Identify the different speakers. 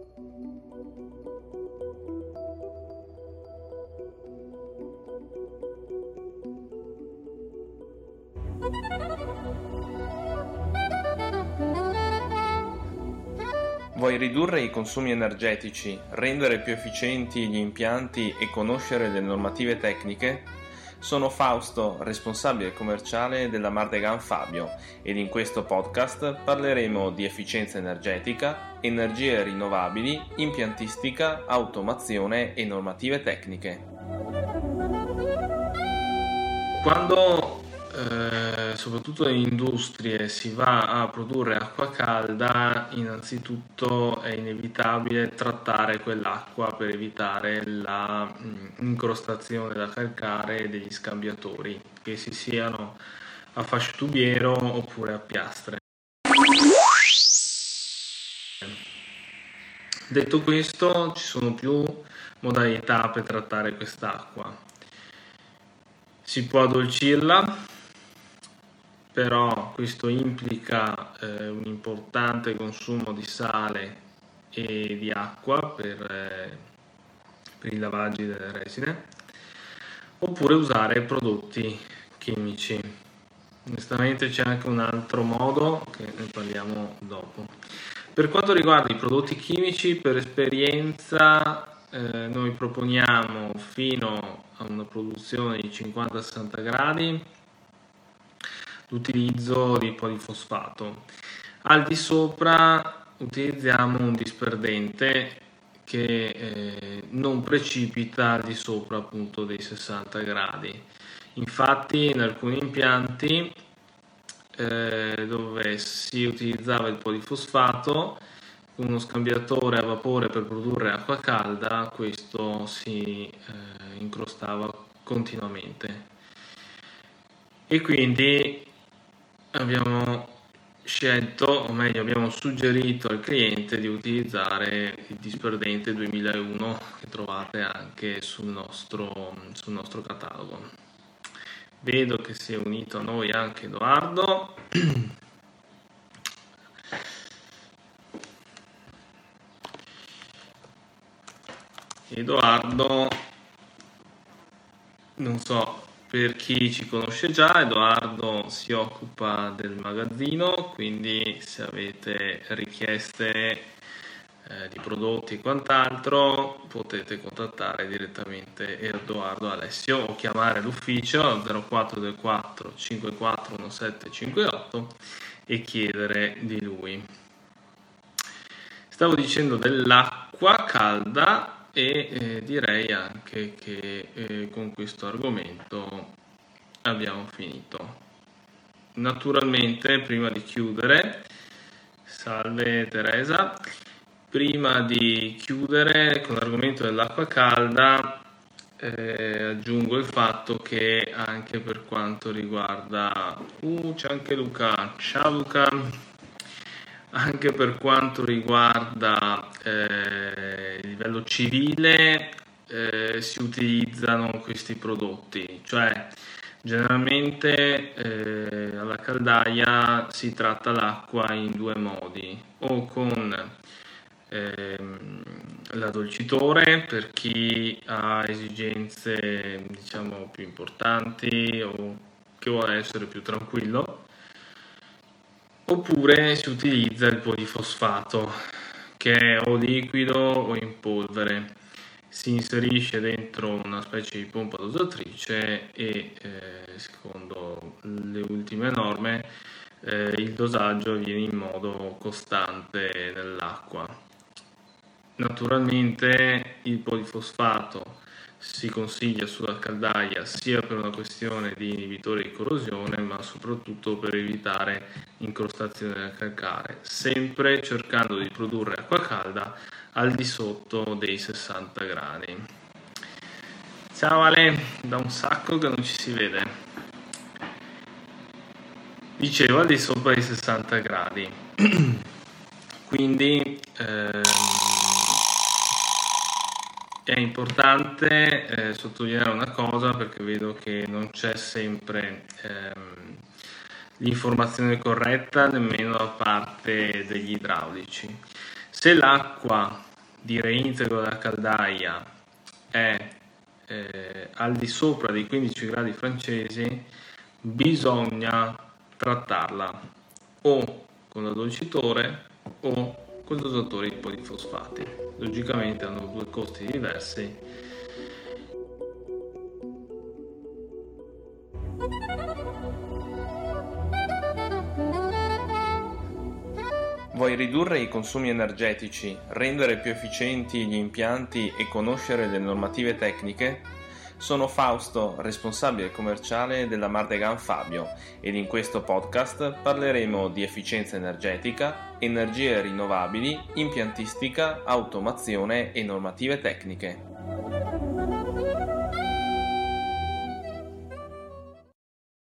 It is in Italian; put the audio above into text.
Speaker 1: Vuoi ridurre i consumi energetici, rendere più efficienti gli impianti e conoscere le normative tecniche? Sono Fausto, responsabile commerciale della Mardegan Fabio, ed in questo podcast parleremo di efficienza energetica, energie rinnovabili, impiantistica, automazione e normative tecniche. Quando soprattutto in industrie si va a produrre acqua calda, innanzitutto è inevitabile trattare quell'acqua per evitare la incrostazione da calcare degli scambiatori, che si siano a fascitubiero oppure a piastre. Detto questo, ci sono più modalità per trattare quest'acqua. Si può addolcirla, però questo implica un importante consumo di sale e di acqua per i lavaggi delle resine, oppure usare prodotti chimici. Onestamente c'è anche un altro modo, che ne parliamo dopo. Per quanto riguarda i prodotti chimici, per esperienza noi proponiamo fino a una produzione di 50-60 gradi l'utilizzo di polifosfato. Al di sopra utilizziamo un disperdente che non precipita al di sopra appunto dei 60 gradi. Infatti in alcuni impianti dove si utilizzava il polifosfato, uno scambiatore a vapore per produrre acqua calda, questo si incrostava continuamente, e quindi abbiamo scelto, o meglio abbiamo suggerito al cliente di utilizzare il disperdente 2001 che trovate anche sul nostro catalogo. Vedo che si è unito a noi anche Edoardo. Edoardo, non so per chi ci conosce già, Edoardo si occupa del magazzino, quindi se avete richieste di prodotti e quant'altro potete contattare direttamente Edoardo Alessio o chiamare l'ufficio al 0424 541758 e chiedere di lui. Stavo dicendo dell'acqua calda e direi anche che con questo argomento abbiamo finito. Naturalmente, prima di chiudere, salve Teresa, prima di chiudere con l'argomento dell'acqua calda aggiungo il fatto che anche per quanto riguarda c'è anche Luca, ciao Luca, anche per quanto riguarda il livello civile si utilizzano questi prodotti, cioè generalmente alla caldaia si tratta l'acqua in due modi, o con l'addolcitore per chi ha esigenze diciamo più importanti o che vuole essere più tranquillo, oppure si utilizza il polifosfato che è o liquido o in polvere. Si inserisce dentro una specie di pompa dosatrice e secondo le ultime norme il dosaggio avviene in modo costante nell'acqua. Naturalmente il polifosfato si consiglia sulla caldaia sia per una questione di inibitore di corrosione, ma soprattutto per evitare incrostazione del calcare, sempre cercando di produrre acqua calda al di sotto dei 60 gradi. Ciao Ale, da un sacco che non ci si vede. Dicevo al di sopra dei 60 gradi. Quindi è importante sottolineare una cosa, perché vedo che non c'è sempre l'informazione corretta nemmeno da parte degli idraulici. Se l'acqua di reintegro della caldaia è al di sopra dei 15 gradi francesi, bisogna trattarla o con l'addolcitore o con dosatori di polifosfati. Logicamente hanno due costi diversi. Vuoi ridurre i consumi energetici, rendere più efficienti gli impianti e conoscere le normative tecniche? Sono Fausto, responsabile commerciale della Mardegan Fabio, ed in questo podcast parleremo di efficienza energetica, energie rinnovabili, impiantistica, automazione e normative tecniche.